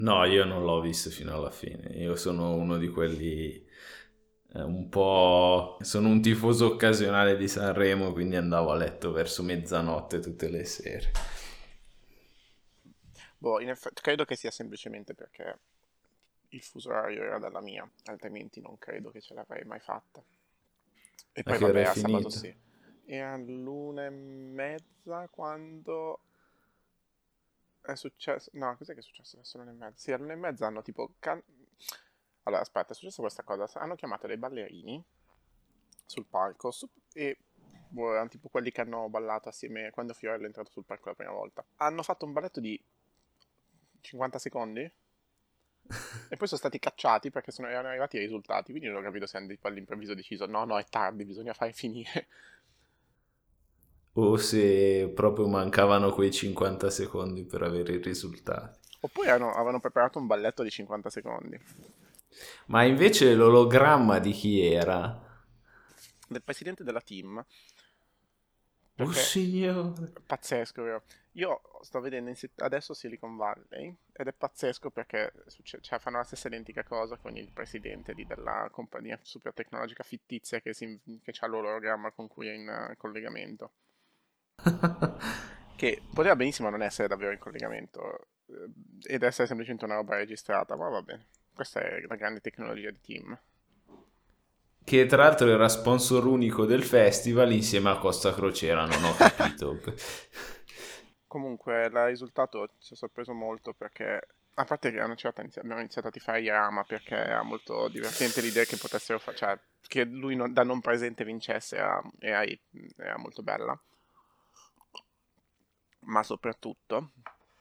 No, io non l'ho visto fino alla fine. Io sono uno di quelli un po'. Sono un tifoso occasionale di Sanremo, quindi andavo a letto verso mezzanotte tutte le sere. Boh, in effetti credo che sia semplicemente perché il fuso orario era dalla mia, altrimenti non credo che ce l'avrei mai fatta. E A poi che ora vabbè, è a sabato finita? sì. Era l'1:30 quando è successo... No, cos'è che è successo verso l'1:30? Sì, all'1:30 hanno tipo... Allora, aspetta, è successa questa cosa. Hanno chiamato dei ballerini sul palco e boh, erano tipo quelli che hanno ballato assieme quando Fiorello è entrato sul palco la prima volta. Hanno fatto un balletto di 50 secondi e poi sono stati cacciati perché erano arrivati ai risultati. Quindi non ho capito se hanno tipo all'improvviso deciso no, no, è tardi, bisogna fare finire. O se proprio mancavano quei 50 secondi per avere i risultati. Oppure avevano preparato un balletto di 50 secondi. Ma invece l'ologramma di chi era? Del presidente della team, Oh perché signore. è pazzesco, vero? Io sto vedendo adesso Silicon Valley ed è pazzesco perché cioè, fanno la stessa identica cosa con il presidente della compagnia super tecnologica fittizia che ha l'ologramma con cui è in collegamento. Che poteva benissimo non essere davvero in collegamento ed essere semplicemente una roba registrata, ma va bene. Questa è la grande tecnologia di team. Che tra l'altro era sponsor unico del festival insieme a Costa Crociera, non ho capito. Comunque, il risultato ci ha sorpreso molto perché, a parte che a una certa abbiamo iniziato a tifare Yarama perché era molto divertente l'idea che potessero fare, cioè che lui da non presente vincesse era molto bella, ma soprattutto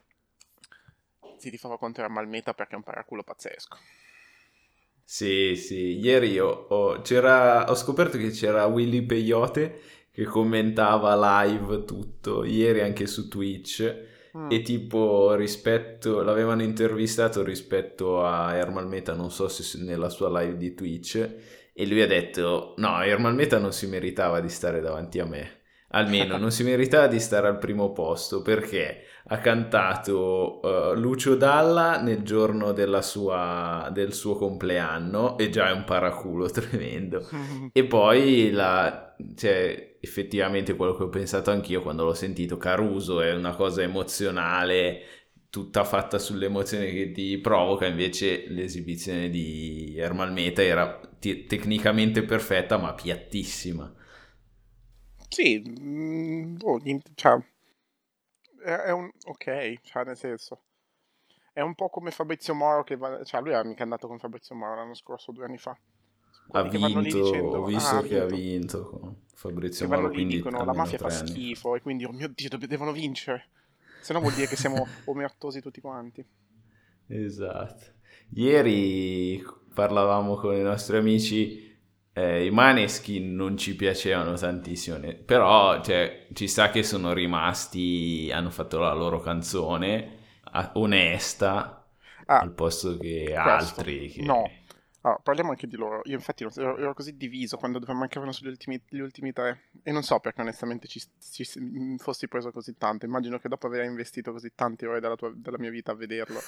si tifava contro era Malmeta perché è un paraculo pazzesco. Sì, sì, ieri ho scoperto che c'era Willy Peyote che commentava live tutto, ieri anche su Twitch, Mm. e tipo l'avevano intervistato rispetto a Ermal Meta, non so se nella sua live di Twitch, e lui ha detto, no, Ermal Meta non si meritava di stare davanti a me, almeno non si meritava di stare al primo posto, perché ha cantato Lucio Dalla nel giorno del suo compleanno e già è un paraculo tremendo. E poi cioè, effettivamente quello che ho pensato anch'io quando l'ho sentito, Caruso è una cosa emozionale, tutta fatta sulle emozioni che ti provoca, invece l'esibizione di Ermal Meta era tecnicamente perfetta ma piattissima. Sì, boh, cioè, è un... ok, cioè nel senso, è un po' come Fabrizio Moro cioè lui era mica andato con Fabrizio Moro l'anno scorso, 2 anni fa. Ha Quelli che vanno lì vinto, ho dicendo, ah, ha visto che ha vinto. vinto con Che Fabrizio vanno Moro, lì e quindi dicono la almeno mafia fa 3 anni fa. schifo e quindi, oh mio Dio, devono vincere. Se no vuol dire che siamo omertosi tutti quanti. Esatto. Ieri parlavamo con i nostri amici, i Maneskin non ci piacevano tantissimo, però cioè, ci sa che sono rimasti, hanno fatto la loro canzone onesta, Ah, al posto che questo. altri No. che. Allora, parliamo anche di loro. Io infatti ero così diviso quando mancavano gli ultimi tre. E non so perché onestamente fossi preso così tanto. Immagino che dopo aver investito così tante ore della mia vita a vederlo.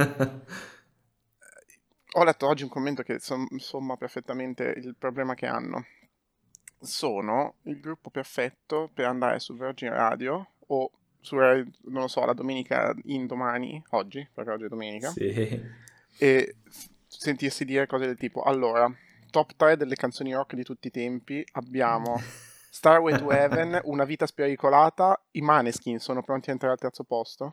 Ho letto oggi un commento che insomma perfettamente il problema che hanno. Sono il gruppo perfetto per andare su Virgin Radio o non lo so, la domenica in domani, oggi, perché oggi è domenica, Sì. e sentirsi dire cose del tipo, allora, top 3 delle canzoni rock di tutti i tempi, abbiamo Starway to Heaven, Una vita spericolata, i Maneskin sono pronti a entrare al terzo posto?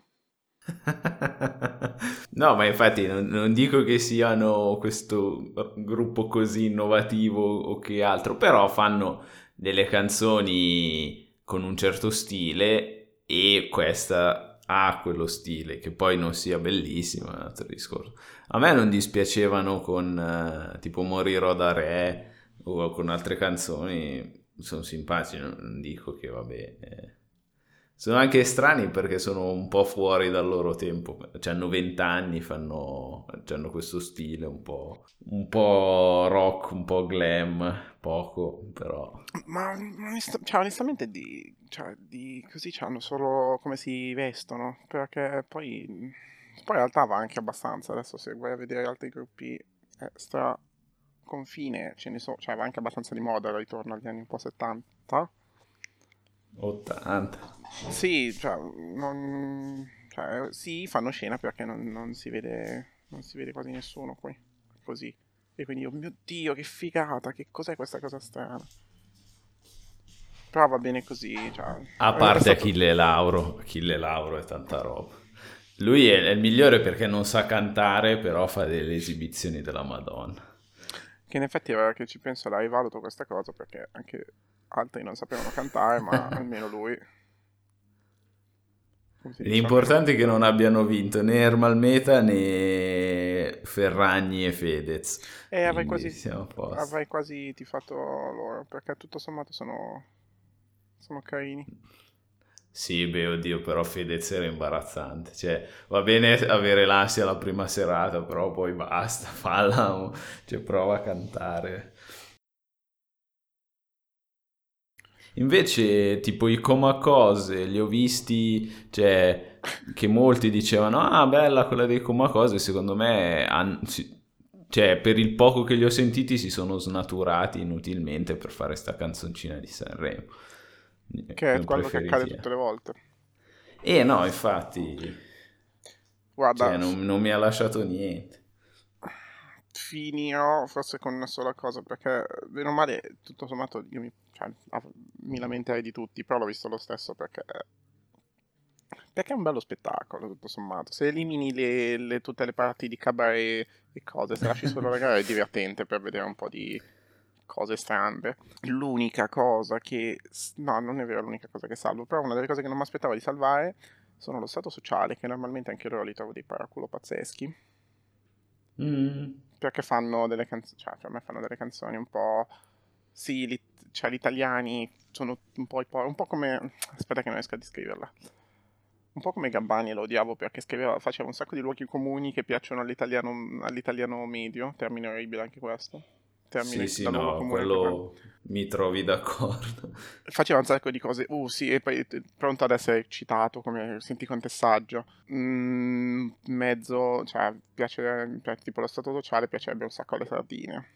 No, ma infatti non dico che siano questo gruppo così innovativo o che altro, però fanno delle canzoni con un certo stile e questa ha quello stile, che poi non sia bellissima, è un altro discorso. A me non dispiacevano con tipo Morirò da re o con altre canzoni, sono simpatici, non dico che vabbè. Sono anche strani perché sono un po' fuori dal loro tempo, cioè hanno 20 anni, hanno questo stile un po' rock, un po' glam, poco, però. Ma cioè, onestamente cioè, di così hanno solo come si vestono, perché poi Poi in realtà va anche abbastanza, adesso se vai a vedere altri gruppi extra confine, ce ne sono, cioè va anche abbastanza di moda il ritorno agli anni un po' 70. 80. Sì, cioè, sì, fanno scena perché non si vede quasi nessuno qui, così. E quindi, oh mio Dio, che figata, che cos'è questa cosa strana? Però va bene così, cioè, A è parte stato... Achille Lauro è tanta roba. Lui è il migliore perché non sa cantare, però fa delle esibizioni della Madonna. Che in effetti ora che ci penso la rivaluto questa cosa perché anche altri non sapevano cantare, ma almeno lui, come si dice, almeno... L'importante è che non abbiano vinto né Ermal Meta né Ferragni e Fedez, E avrei quindi quasi, siamo a posto. avrei quasi tifato loro, perché tutto sommato sono carini. Sì, beh, oddio, però Fedez era imbarazzante. Cioè, va bene avere l'ansia la prima serata, però poi basta, falla, cioè, prova a cantare. Invece, tipo i Comacose, li ho visti, cioè, che molti dicevano, ah, bella quella dei Comacose, secondo me, cioè, per il poco che li ho sentiti si sono snaturati inutilmente per fare sta canzoncina di Sanremo. Che Ne è ho quello che accade preferiti. tutte le volte. No, infatti, cioè, Guarda, non mi ha lasciato niente. finirò forse con una sola cosa, perché bene o male, tutto sommato, mi lamenterei di tutti, però l'ho visto lo stesso perché è un bello spettacolo, tutto sommato. Se elimini tutte le parti di cabaret e cose, se lasci solo la gara è divertente per vedere un po' di cose strane. L'unica cosa che... No, non è vero l'unica cosa che salvo, però una delle cose che non mi aspettavo di salvare sono lo stato sociale, che normalmente anche loro li trovo dei paraculo pazzeschi. Mm. Perché fanno delle canzoni, cioè per me fanno delle canzoni un po'... Sì, cioè gli italiani sono un po' come... Aspetta che non riesco a descriverla. Un po' come Gabbani, lo odiavo perché faceva un sacco di luoghi comuni che piacciono all'italiano medio, termine orribile anche questo, Sì, termine sì, da luogo no, comune per me. quello mi trovi d'accordo. Faceva un sacco di cose, sì, e poi pronto ad essere citato, come senti contessaggio. Mezzo, cioè, piace, tipo lo stato sociale, piacerebbe un sacco alle sardine.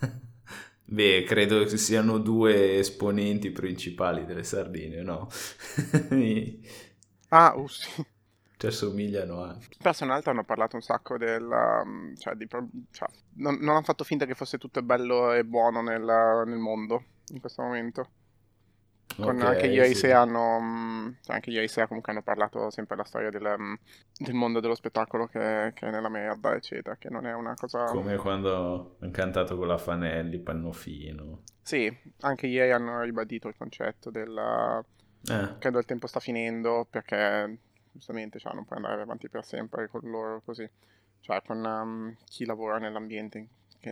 Beh, credo che siano due esponenti principali delle sardine, no? Mi- Ah, sì. Ci assomigliano anche. Però se un'altra hanno parlato un sacco cioè, cioè, non hanno fatto finta che fosse tutto bello e buono nel mondo in questo momento. Con anche Ok, ieri sì. sera cioè, anche ieri sera comunque hanno parlato sempre della storia del mondo dello spettacolo che è nella merda, eccetera, che non è una cosa... Come quando hanno cantato con la Fanelli, Pannofino. Sì, anche ieri hanno ribadito il concetto Eh, credo il tempo sta finendo perché giustamente cioè, non puoi andare avanti per sempre con loro così, cioè con chi lavora nell'ambiente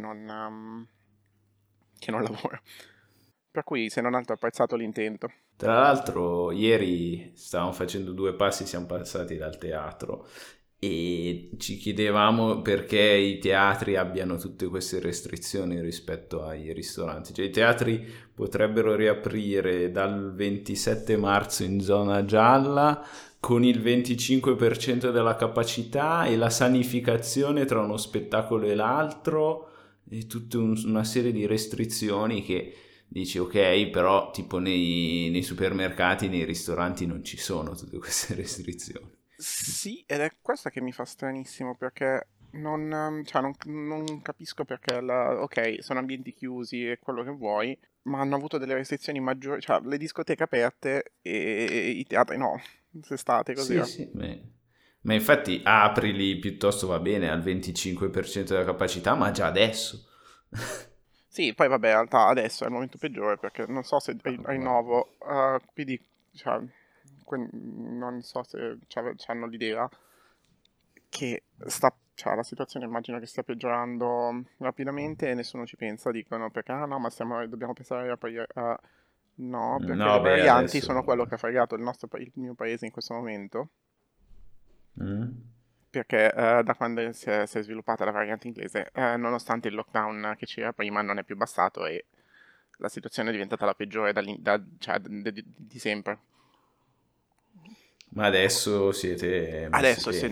che non lavora. Per cui se non altro ho apprezzato l'intento. Tra l'altro, ieri stavamo facendo due passi, siamo passati dal teatro e ci chiedevamo perché i teatri abbiano tutte queste restrizioni rispetto ai ristoranti. Cioè, i teatri potrebbero riaprire dal 27 marzo in zona gialla con il 25% della capacità e la sanificazione tra uno spettacolo e l'altro e tutta una serie di restrizioni che dici ok, però tipo nei supermercati, nei ristoranti non ci sono tutte queste restrizioni. Sì, ed è questa che mi fa stranissimo perché cioè, non capisco perché ok, sono ambienti chiusi e quello che vuoi, ma hanno avuto delle restrizioni maggiori, cioè le discoteche aperte e i teatri no, quest'estate così. Sì, sì, ma infatti aprili piuttosto va bene al 25% della capacità, ma già adesso. Sì, poi vabbè, in realtà adesso è il momento peggiore perché non so se Guarda. rinnovo, quindi cioè, non so se hanno l'idea che cioè, la situazione immagino che stia peggiorando rapidamente e nessuno ci pensa, dicono perché ah no, ma dobbiamo pensare no, perché le No, beh, varianti sono adesso... quello che ha fregato il mio paese in questo momento, Mm? perché da quando si è sviluppata la variante inglese, nonostante il lockdown che c'era prima non è più bastato e la situazione è diventata la peggiore cioè, di sempre. Ma adesso siete messi Adesso, bene.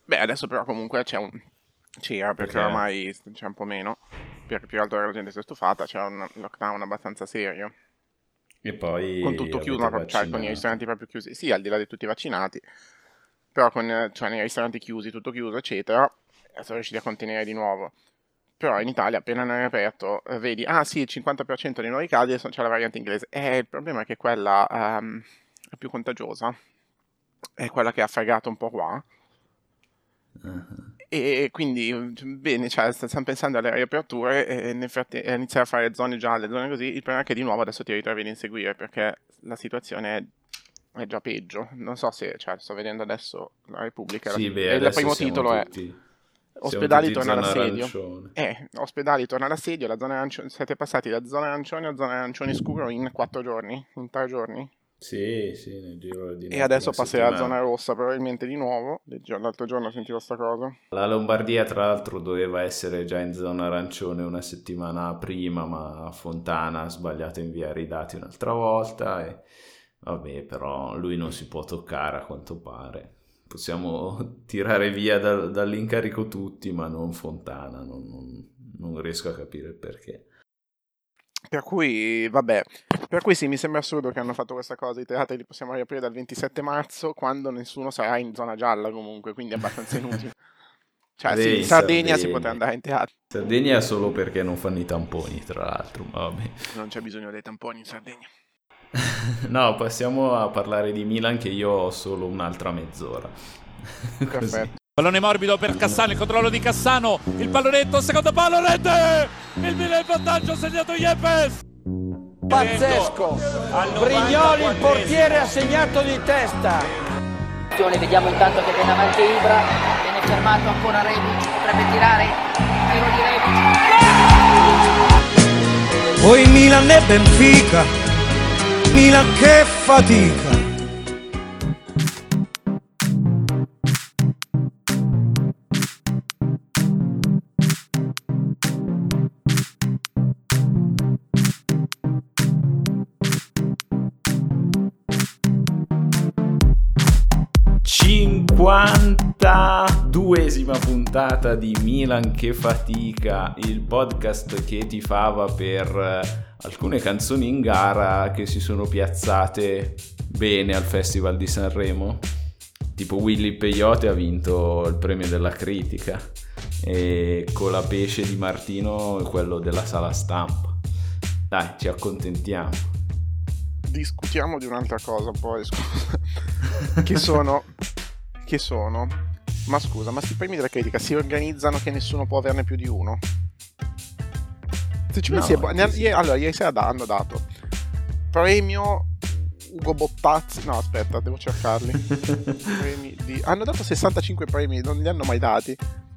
Beh, adesso però comunque c'era, perché Perché? ormai c'è un po' meno, perché più che altro la gente si è stufata, c'era un lockdown abbastanza serio, E con poi tutto chiuso, avete cioè con i ristoranti vaccinato. proprio chiusi, sì, al di là di tutti i vaccinati, però cioè, nei ristoranti chiusi, tutto chiuso, eccetera, sono riusciti a contenere di nuovo. Però in Italia, appena hanno riaperto, vedi, ah sì, il 50% dei nuovi casi, adesso c'è la variante inglese. Il problema è che quella è più contagiosa, è quella che ha fregato un po' qua. Ah. E quindi, bene, cioè, stiamo pensando alle riaperture e e iniziare a fare zone gialle, zone così. Il problema è che di nuovo adesso ti ritrovi ad inseguire perché la situazione è già peggio. Non so se, cioè, sto vedendo adesso la Repubblica Sì, beh, e il adesso primo titolo è siamo ospedali tutti torna zona all'assedio. arancione. Ospedali torna all'assedio, la zona arancione, siete passati da zona arancione a zona arancione scuro in 4 giorni, in 3 giorni. Sì, sì, nel giro di E neanche adesso una passerà a zona settimana. rossa probabilmente di nuovo. L'altro giorno sentivo sta cosa. La Lombardia, tra l'altro, doveva essere già in zona arancione una settimana prima, ma Fontana ha sbagliato a inviare i dati un'altra volta e vabbè, però lui non si può toccare a quanto pare. Possiamo tirare via dall'incarico tutti, ma non Fontana, non riesco a capire il perché. Per cui, vabbè, per cui sì, mi sembra assurdo che hanno fatto questa cosa. I teatri li possiamo riaprire dal 27 marzo, quando nessuno sarà in zona gialla comunque, quindi è abbastanza inutile. Cioè, Beh, sì, in in Sardegna si potrà Sardegna. andare in teatro. Sardegna solo perché non fanno i tamponi, tra l'altro, ma vabbè. Non c'è bisogno dei tamponi in Sardegna. No, passiamo a parlare di Milan che io ho solo un'altra mezz'ora. Così. Perfetto. Pallone morbido per Cassano, il controllo di Cassano, il pallonetto, secondo palo, rete! Il Milan in vantaggio, ha segnato Yepes! Pazzesco! Brignoli, il portiere, ha segnato di testa. Vediamo intanto che viene avanti Ibra, viene fermato ancora Rebic, potrebbe tirare, tiro di Rebic. Poi Milan e Benfica, Milan che fatica. Duesima puntata di Milan che fatica, il podcast che tifava per alcune canzoni in gara che si sono piazzate bene al Festival di Sanremo, tipo Willy Peyote ha vinto il premio della critica e con la pesce di Martino quello della sala stampa. Dai, ci accontentiamo. Discutiamo di un'altra cosa poi, scusa. Che sono? Ma scusa, ma sti premi della critica si organizzano che nessuno può averne più di uno? Se ci pensi, No, allora, ieri sera hanno dato premio Ugo Bottazzi. No, aspetta, devo cercarli. Hanno dato 65 premi, non li hanno mai dati.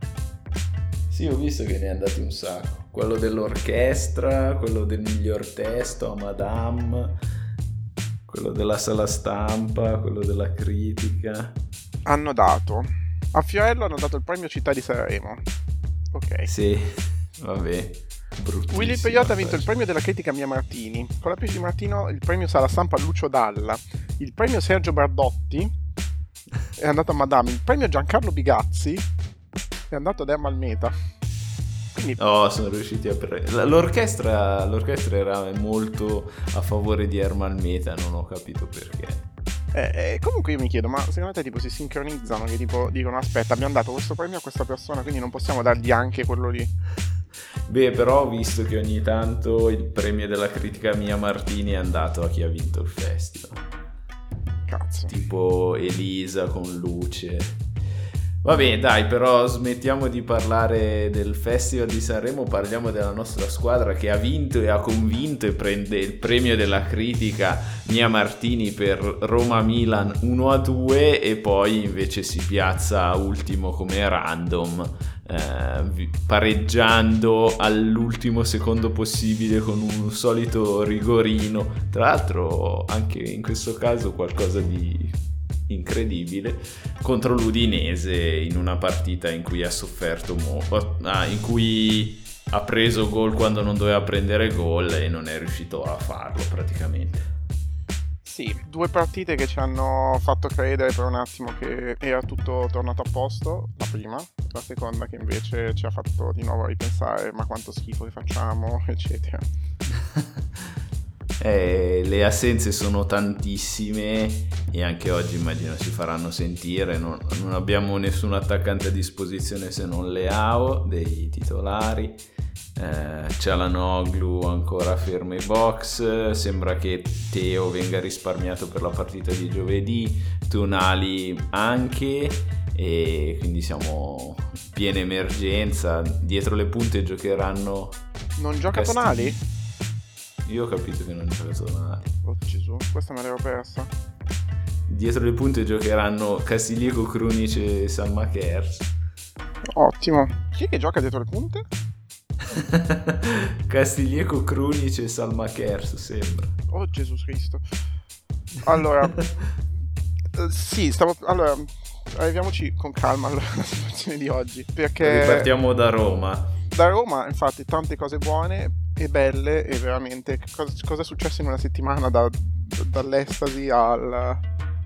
Sì, ho visto che ne è andati un sacco. Quello dell'orchestra, quello del miglior testo a Madame, quello della sala stampa, quello della critica. Hanno dato a Fiorello il premio Città di Sanremo. Ok. Sì, vabbè. Willy Peyote ha vinto il premio della critica Mia Martini. Con la pesce di Martino il premio sala stampa Lucio Dalla. Il premio Sergio Bardotti è andato a Madame. Il premio Giancarlo Bigazzi è andato ad Ermal Meta. Quindi sono riusciti a prendere. L'orchestra era molto a favore di Ermal Meta, non ho capito perché. Comunque io mi chiedo, ma secondo te tipo si sincronizzano che tipo dicono aspetta, abbiamo dato questo premio a questa persona, quindi non possiamo dargli anche quello lì? Beh, però ho visto che ogni tanto il premio della critica Mia Martini è andato a chi ha vinto il festival. Cazzo. Tipo Elisa con Luce. Vabbè, dai, però smettiamo di parlare del Festival di Sanremo, parliamo della nostra squadra che ha vinto e ha convinto e prende il premio della critica Mia Martini per Roma-Milan 1-2 e poi invece si piazza ultimo come random, pareggiando all'ultimo secondo possibile con un solito rigorino. Tra l'altro anche in questo caso qualcosa di incredibile contro l'Udinese in una partita in cui ha sofferto in cui ha preso gol quando non doveva prendere gol e non è riuscito a farlo praticamente. Sì, 2 partite che ci hanno fatto credere per un attimo che era tutto tornato a posto, la prima, la seconda che invece ci ha fatto di nuovo ripensare ma quanto schifo che facciamo, eccetera. Le assenze sono tantissime e anche oggi immagino si faranno sentire. Non abbiamo nessun attaccante a disposizione se non Leao dei titolari. Çalhanoğlu ancora fermo ai box, sembra che Teo venga risparmiato per la partita di giovedì, Tonali anche, e quindi siamo in piena emergenza. Dietro le punte giocheranno... Non gioca Tonali? Io ho capito che non gioca Tonali. Oh Gesù, questa me l'ero persa. Dietro le punte giocheranno Castillejo, Krunic e Salmakers. Ottimo. Chi è che gioca dietro le punte? Castillejo, Krunic e Salmakers, sembra. Oh Gesù Cristo. Allora, sì, allora, arriviamoci con calma alla situazione di oggi, perché ripartiamo da Roma. Da Roma, infatti, tante cose buone e belle, e veramente cosa è successo in una settimana dall'estasi a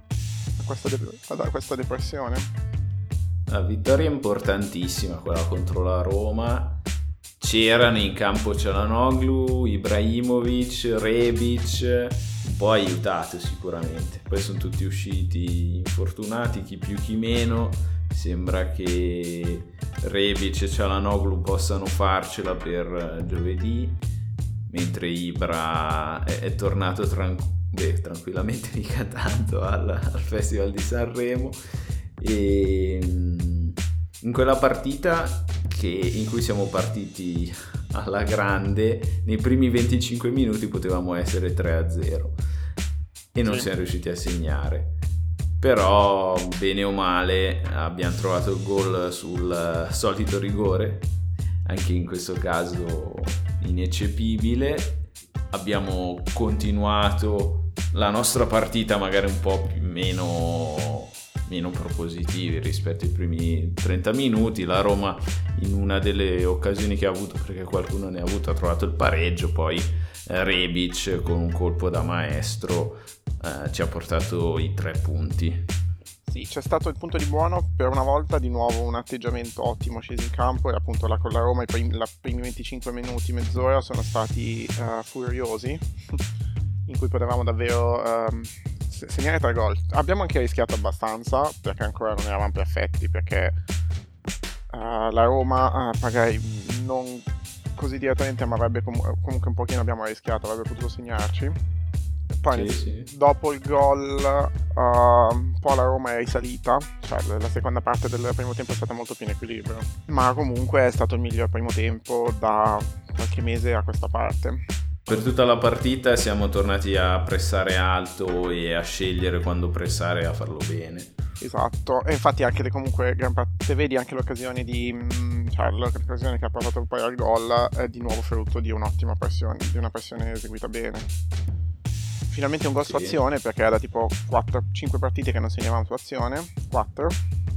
questa depressione. La vittoria importantissima, quella contro la Roma. C'erano in campo Çalhanoğlu, Ibrahimovic, Rebic, un po' aiutato sicuramente. Poi sono tutti usciti infortunati, chi più chi meno. Sembra che Rebic e Çalhanoğlu possano farcela per giovedì, mentre Ibra è tornato tranquillamente, mica tanto, al Festival di Sanremo. E in quella partita in cui siamo partiti alla grande, nei primi 25 minuti potevamo essere 3-0 e non siamo riusciti a segnare. Però bene o male abbiamo trovato il gol sul solito rigore, anche in questo caso ineccepibile. Abbiamo continuato la nostra partita magari un po' meno propositivi rispetto ai primi 30 minuti. La Roma, in una delle occasioni che ha avuto, perché qualcuno ne ha avuto, ha trovato il pareggio. Poi Rebic con un colpo da maestro ci ha portato i 3 punti. Sì, c'è stato il punto di buono, per una volta di nuovo un atteggiamento ottimo sceso in campo, e appunto con la Roma i primi 25 minuti, mezz'ora sono stati furiosi in cui potevamo davvero segnare 3 gol. Abbiamo anche rischiato abbastanza, perché ancora non eravamo perfetti, perché la Roma magari non così direttamente, ma avrebbe comunque un pochino abbiamo rischiato, avrebbe potuto segnarci. Poi sì. Dopo il gol un po' la Roma è risalita, cioè la seconda parte del primo tempo è stata molto più in equilibrio, ma comunque è stato il miglior primo tempo da qualche mese a questa parte. Per tutta la partita siamo tornati a pressare alto e a scegliere quando pressare e a farlo bene. Esatto, e infatti anche comunque gran parte, vedi anche l'occasione l'occasione che ha portato poi al gol è di nuovo frutto di un'ottima pressione, di una pressione eseguita bene. Finalmente un gol su azione, perché era da tipo 4-5 partite che non segnavamo su azione. 4.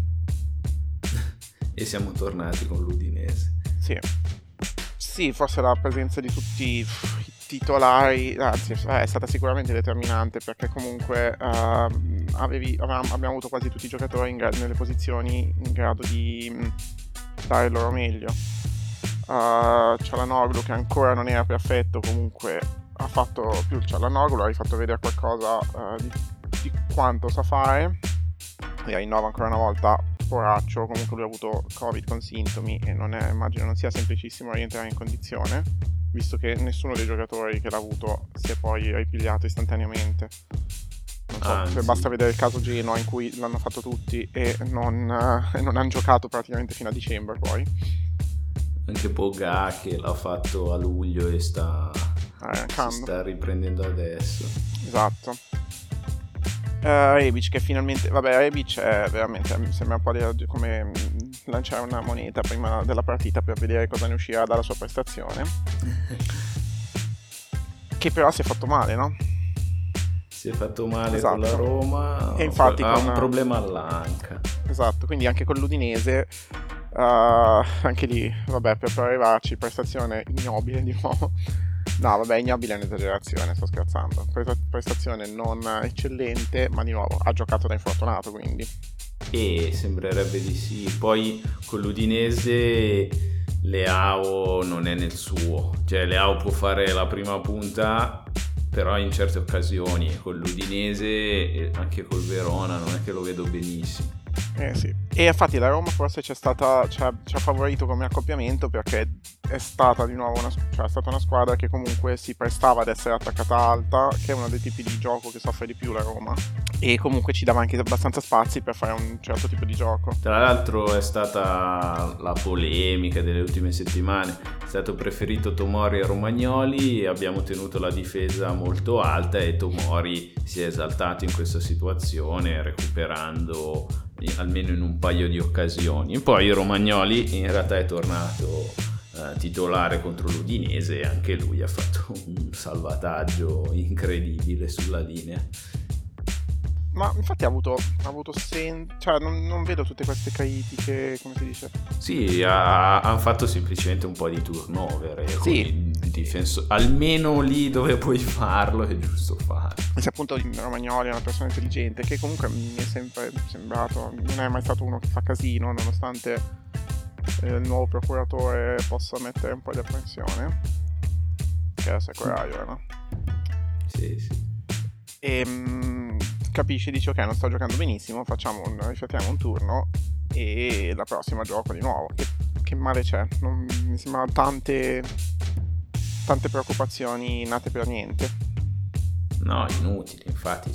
E siamo tornati con l'Udinese. Sì, forse la presenza di tutti i titolari, anzi è stata sicuramente determinante, perché comunque abbiamo avuto quasi tutti i giocatori nelle posizioni in grado di dare il loro meglio. Çalhanoğlu, che ancora non era perfetto, comunque ha fatto più il Çalhanoğlu, ha rifatto vedere qualcosa di quanto sa fare, e rinnova ancora una volta. Poraccio, comunque lui ha avuto Covid con sintomi e immagino non sia semplicissimo rientrare in condizione, visto che nessuno dei giocatori che l'ha avuto si è poi ripigliato istantaneamente. Non so, se basta vedere il caso Genoa, in cui l'hanno fatto tutti e non hanno giocato praticamente fino a dicembre. Poi anche Pogba, che l'ha fatto a luglio e si sta riprendendo adesso. Esatto. Rebic, che finalmente, Rebic è veramente, mi sembra un po' come lanciare una moneta prima della partita per vedere cosa ne uscirà dalla sua prestazione. Che però si è fatto male, no? Si è fatto male, esatto, con la Roma, e infatti ha un problema all'anca. Esatto, quindi anche con l'Udinese, anche lì, per arrivarci, prestazione ignobile di nuovo. No, vabbè, ignobile è un'esagerazione, sto scherzando. Prestazione non eccellente, ma di nuovo ha giocato da infortunato, quindi. E sembrerebbe di sì. Poi con l'Udinese Leao non è nel suo, cioè Leao può fare la prima punta, però in certe occasioni. Con l'Udinese e anche col Verona non è che lo vedo benissimo. Sì. E infatti la Roma forse ci ha favorito come accoppiamento, perché è stata di nuovo è stata una squadra che comunque si prestava ad essere attaccata alta, che è uno dei tipi di gioco che soffre di più la Roma, e comunque ci dava anche abbastanza spazi per fare un certo tipo di gioco. Tra l'altro è stata la polemica delle ultime settimane, è stato preferito Tomori e Romagnoli, abbiamo tenuto la difesa molto alta e Tomori si è esaltato in questa situazione recuperando almeno in un paio di occasioni. E poi Romagnoli in realtà è tornato titolare contro l'Udinese e anche lui ha fatto un salvataggio incredibile sulla linea. Ma infatti ha avuto non vedo tutte queste critiche, come si dice? Sì, ha fatto semplicemente un po' di turnover sì. Almeno lì dove puoi farlo è giusto farlo. Se appunto Romagnoli è una persona intelligente, che comunque mi è sempre sembrato, non è mai stato uno che fa casino, nonostante il nuovo procuratore possa mettere un po' di apprensione, che è Secoraio, no? Sì. E capisci, dici ok, non sto giocando benissimo, riflettiamo un turno e la prossima gioco di nuovo. Che male c'è? Non mi sembrano tante preoccupazioni nate per niente. No, inutili, infatti,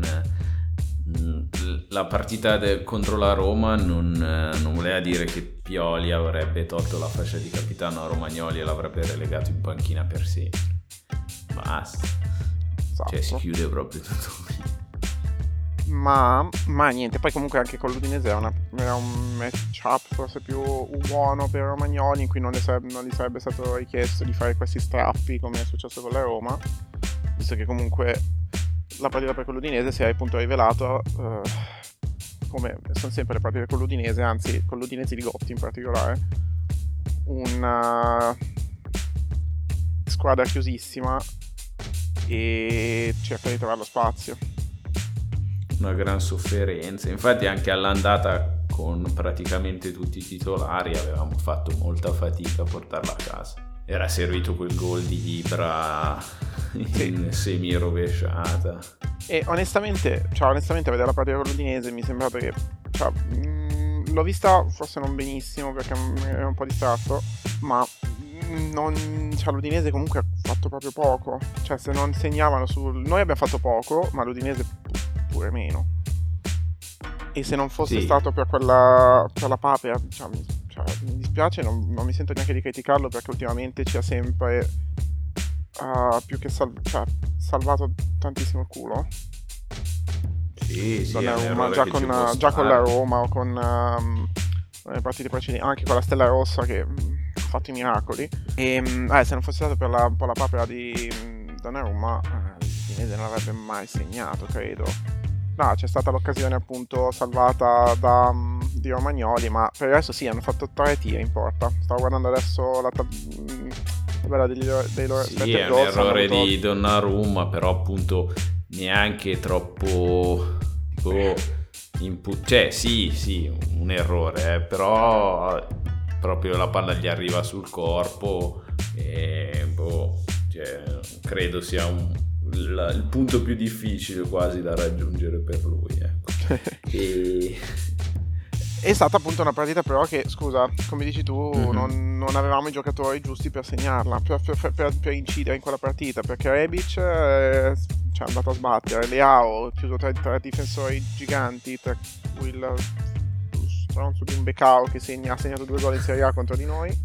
la partita contro la Roma non voleva dire che Pioli avrebbe tolto la fascia di capitano a Romagnoli e l'avrebbe relegato in panchina per sempre. Basta. Esatto. Cioè si chiude proprio tutto qui. Ma niente, poi comunque anche con l'Udinese era un match-up forse più buono per Romagnoli, in cui non gli sarebbe stato richiesto di fare questi strappi come è successo con la Roma, visto che comunque la partita per l'Udinese si è appunto rivelato come sono sempre le partite con l'Udinese, anzi con l'Udinese di Gotti in particolare, una squadra chiusissima e cerca di trovare lo spazio. Una gran sofferenza, infatti anche all'andata con praticamente tutti i titolari avevamo fatto molta fatica a portarla a casa. Era servito quel gol di Ibra in semi rovesciata. E onestamente vedere la partita con l'Udinese mi è sembrato che l'ho vista forse non benissimo perché ero un po' distratto, ma l'Udinese comunque ha fatto proprio poco. Cioè, se non segnavano noi abbiamo fatto poco, ma l'Udinese pure meno. E se non fosse stato per la papera, mi dispiace, non mi sento neanche di criticarlo, perché ultimamente ci ha sempre più che salvato tantissimo il culo. Sì, già con la Roma o con le partite precedenti, anche con la Stella Rossa che ha fatto i miracoli. E se non fosse stato per un po' la papera di Donnarumma, l'Udinese non avrebbe mai segnato, credo. No, c'è stata l'occasione appunto salvata di Romagnoli, ma per il resto sì, hanno fatto 3 tiri in porta. Stavo guardando adesso la tabella dei loro sì, è un errore di Donnarumma, però appunto neanche troppo cioè sì, un errore, però proprio la palla gli arriva sul corpo e credo sia il punto più difficile quasi da raggiungere per lui, ecco. È stata appunto una partita però che, scusa, come dici tu, non avevamo i giocatori giusti per segnarla, per incidere in quella partita, perché Rebic è andato a sbattere, Leao chiuso tra difensori giganti, tra cui il stronzo di un Becao che ha segnato 2 gol in Serie A contro di noi,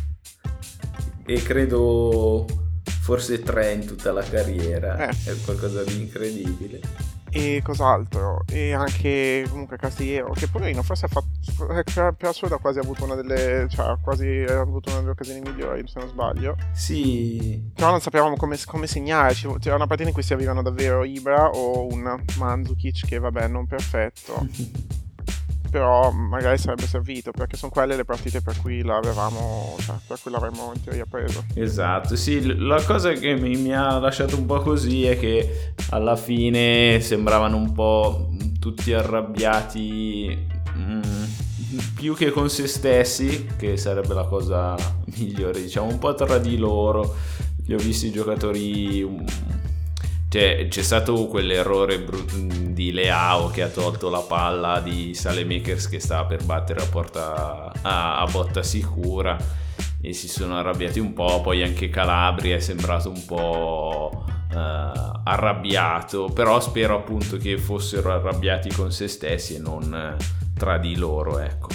e credo forse 3 in tutta la carriera. È qualcosa di incredibile. E cos'altro? E anche comunque Castillejo, che poverino forse per assurdo ha quasi avuto una delle occasioni migliori, se non sbaglio. Sì. Però non sapevamo come segnare. C'era una partita in cui servivano davvero Ibra o un Mandzukic che vabbè non perfetto. però magari sarebbe servito, perché sono quelle le partite per cui l'avevamo, cioè, per cui l'avremmo in teoria preso. Esatto, sì, la cosa che mi ha lasciato un po' così è che alla fine sembravano un po' tutti arrabbiati, più che con se stessi, che sarebbe la cosa migliore, diciamo, un po' tra di loro. Li ho visti i giocatori, c'è stato quell'errore di Leao che ha tolto la palla di Saelemaekers che stava per battere a porta a botta sicura, e si sono arrabbiati un po'. Poi anche Calabria è sembrato un po' arrabbiato, però spero appunto che fossero arrabbiati con se stessi e non tra di loro, ecco.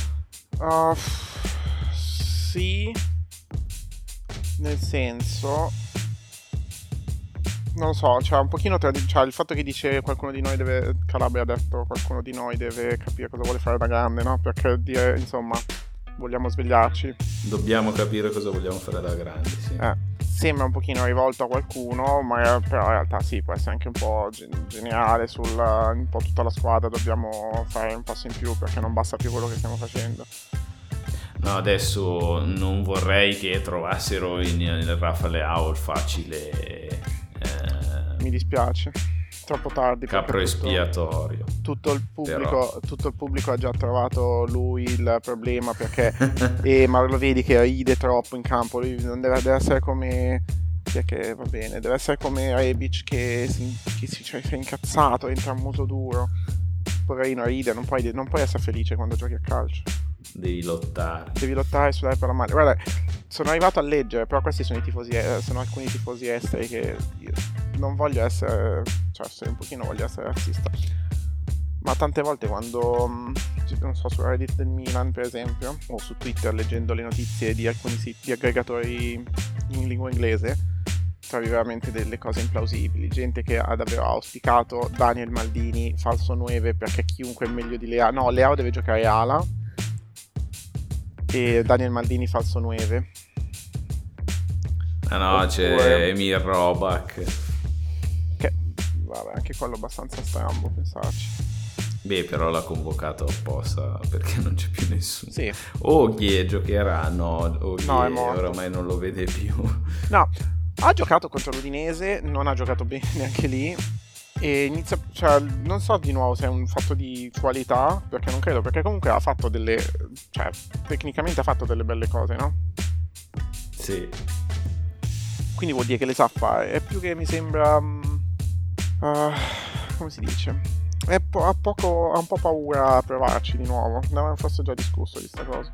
Sì, nel senso, non lo so, cioè un pochino cioè, il fatto che dice qualcuno di noi deve, Calabria ha detto qualcuno di noi deve capire cosa vuole fare da grande, no? Perché dire, insomma, vogliamo svegliarci. Dobbiamo capire cosa vogliamo fare da grandi, sì. Sembra un pochino rivolto a qualcuno, ma però in realtà sì, può essere anche un po' generale sul un po' tutta la squadra, dobbiamo fare un passo in più perché non basta più quello che stiamo facendo. No, adesso non vorrei che trovassero in Rafa Leao il facile, mi dispiace, troppo tardi. Capro espiatorio. Tutto il pubblico ha già trovato lui il problema, perché ma lo vedi che ride troppo in campo. Lui non deve essere come, perché va bene, deve essere come Rebic che si è incazzato, entra a muso duro. Poverino, ride, non puoi essere felice quando giochi a calcio. Devi lottare e sudare per la maglia. Guarda, sono arrivato a leggere, però questi sono i tifosi, sono alcuni tifosi esteri che io non voglio essere, cioè se un pochino voglio essere razzista, ma tante volte quando, non so, su Reddit del Milan per esempio, o su Twitter leggendo le notizie di alcuni siti di aggregatori in lingua inglese, trovi veramente delle cose implausibili. Gente che ha davvero auspicato Daniel Maldini falso 9 perché chiunque è meglio di Leao. No, Leao deve giocare ala e Daniel Maldini falso 9. Ah no, c'è Emil Robak, che vabbè, anche quello abbastanza strambo pensarci. Beh, però l'ha convocato apposta perché non c'è più nessuno. Sì. Oghi giocherà, no, è morto. Oramai non lo vede più. No, ha giocato contro l'Udinese, non ha giocato bene neanche lì, e cioè, non so di nuovo se è un fatto di qualità, perché non credo, perché comunque ha fatto cioè tecnicamente ha fatto delle belle cose, no? Sì. Quindi vuol dire che le sa fare. È più che mi sembra come si dice, ha un po' paura a provarci di nuovo. Ne avevamo forse già discusso di sta cosa.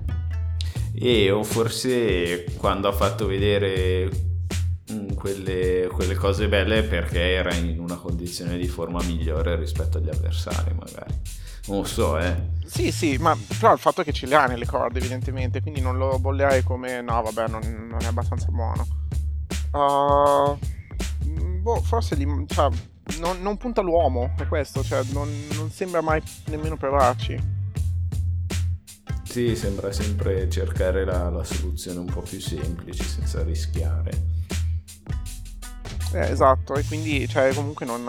O forse quando ha fatto vedere quelle cose belle perché era in una condizione di forma migliore rispetto agli avversari, magari. Non lo so, Sì, ma però il fatto è che ce le ha nelle corde evidentemente, quindi non lo bollerei come no vabbè non è abbastanza buono. Forse cioè, non punta l'uomo, è questo, cioè non sembra mai nemmeno provarci. Sì, sembra sempre cercare la soluzione un po' più semplice senza rischiare. Esatto, e quindi cioè comunque non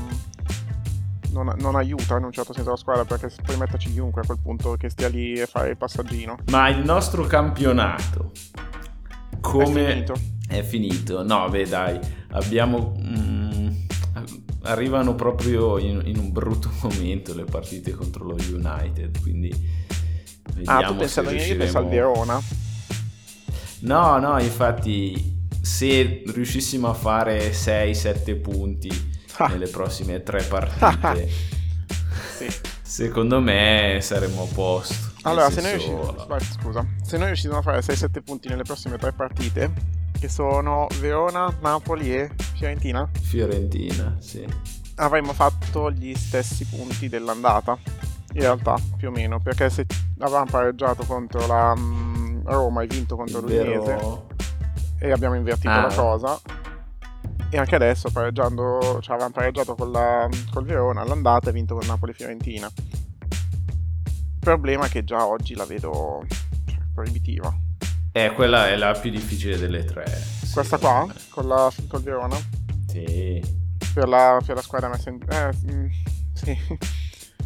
aiuta in un certo senso la squadra, perché puoi metterci chiunque a quel punto che stia lì e fare il passaggino. Ma il nostro campionato come è finito? No, beh dai, abbiamo arrivano proprio in un brutto momento le partite contro lo United, quindi vediamo. Tu pensi al Verona? No, infatti se riuscissimo a fare 6-7 punti nelle prossime 3 partite sì. Secondo me saremmo a posto. Allora, se noi riuscissimo a fare 6-7 punti nelle prossime 3 partite, che sono Verona, Napoli e Fiorentina, sì, avremmo fatto gli stessi punti dell'andata, in realtà, più o meno, perché se avevamo pareggiato contro la Roma e vinto contro l'Udinese e abbiamo invertito la cosa, e anche adesso pareggiando, cioè avevamo pareggiato col Verona all'andata e vinto con Napoli e Fiorentina. Il problema è che già oggi la vedo proibitiva. Quella è la più difficile delle 3. Questa qua? Col Verona? Sì. Per la squadra messa in... sì.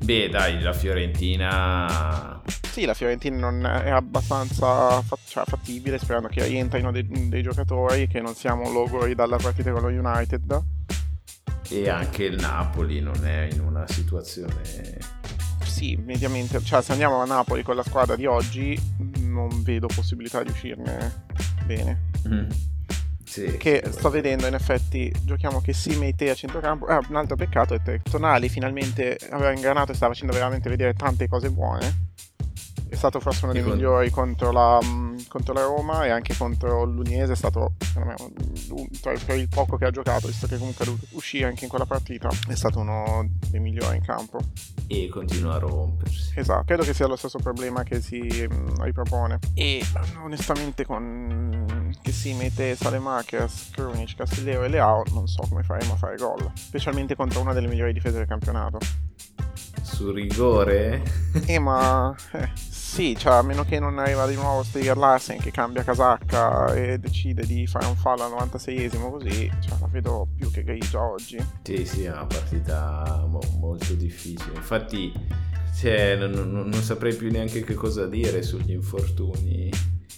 Beh, dai, la Fiorentina... Sì, la Fiorentina non è abbastanza fattibile, sperando che rientrino dei giocatori, che non siamo logori dalla partita con lo United. E anche il Napoli non è in una situazione... Sì, mediamente, cioè se andiamo a Napoli con la squadra di oggi non vedo possibilità di uscirne bene. Sì, che sì, sto vedendo in effetti, giochiamo che Sime e te a centrocampo. Un altro peccato è che Tonali finalmente aveva ingranato e stava facendo veramente vedere tante cose buone. È stato forse uno dei migliori contro la Roma, e anche contro l'Udinese è stato, secondo me, per il poco che ha giocato, visto che comunque è dovuto uscire anche in quella partita, è stato uno dei migliori in campo. E continua a rompersi. Esatto, credo che sia lo stesso problema che si ripropone. E onestamente con che si mette Saelemaekers, Krunic, Castillejo e Leao non so come faremo a fare gol, specialmente contro una delle migliori difese del campionato. Su rigore? Ma sì, cioè a meno che non arriva di nuovo Stiger Larsen che cambia casacca e decide di fare un fallo al 96esimo, così cioè, la vedo più che grigia oggi. Sì, è una partita molto difficile. Infatti cioè, non saprei più neanche che cosa dire sugli infortuni.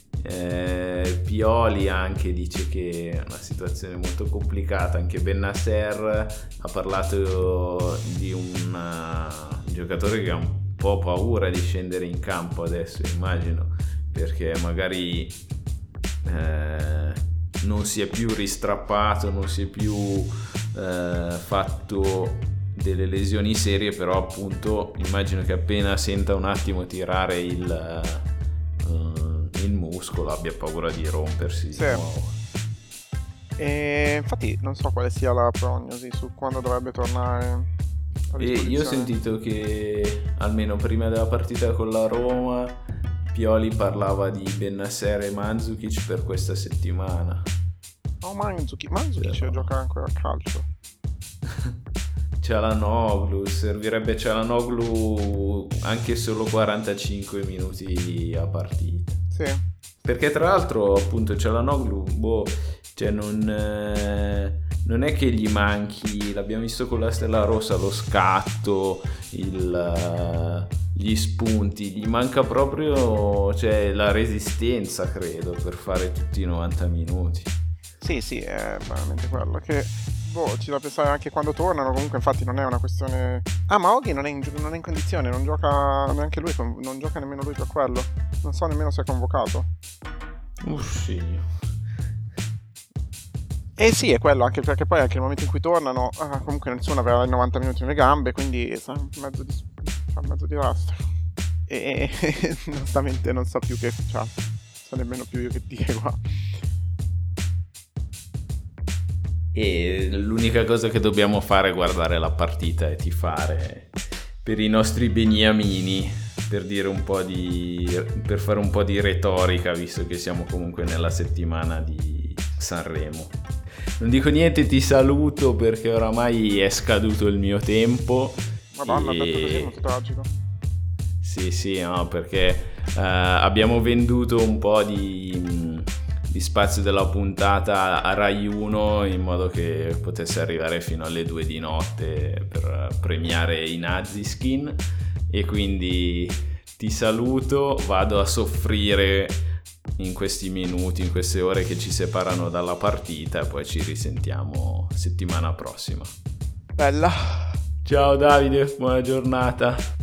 Pioli anche dice che è una situazione molto complicata. Anche Bennacer ha parlato di un giocatore che ha un po' paura di scendere in campo adesso, immagino, perché magari non si è più ristrappato, non si è più fatto delle lesioni serie, però appunto immagino che appena senta un attimo tirare il muscolo abbia paura di rompersi di nuovo. E infatti non so quale sia la prognosi su quando dovrebbe tornare. Io ho sentito che almeno prima della partita con la Roma Pioli parlava di Bennacer e Mandzukic per questa settimana. Mandzukic gioca ancora a calcio. Çalhanoğlu, servirebbe Çalhanoğlu anche solo 45 minuti a partita. Sì. Perché tra l'altro appunto Çalhanoğlu cioè non è che gli manchi, l'abbiamo visto con la Stella Rossa, lo scatto, gli spunti, gli manca proprio cioè, la resistenza, credo, per fare tutti i 90 minuti. Sì, è veramente quello che ci da pensare anche quando tornano. Comunque infatti non è una questione. Ma Oghi non è in condizione, non gioca neanche lui, non gioca nemmeno lui per quello, non so nemmeno se è convocato. Sì. Sì, è quello, anche perché poi anche nel momento in cui tornano comunque nessuno avrà i 90 minuti nelle gambe, quindi mezzo di rastro. E onestamente non so più che so nemmeno più io che dire qua. E l'unica cosa che dobbiamo fare è guardare la partita e tifare per i nostri beniamini, per fare un po' di retorica, visto che siamo comunque nella settimana di Sanremo. Non dico niente, ti saluto perché oramai è scaduto il mio tempo. Madonna, detto così è molto tragico. Sì, no, perché abbiamo venduto un po' di spazio della puntata a Rai 1 in modo che potesse arrivare fino alle 2 di notte per premiare i Naziskin, e quindi ti saluto, vado a soffrire in questi minuti, in queste ore che ci separano dalla partita, e poi ci risentiamo settimana prossima. Bella. Ciao Davide, buona giornata.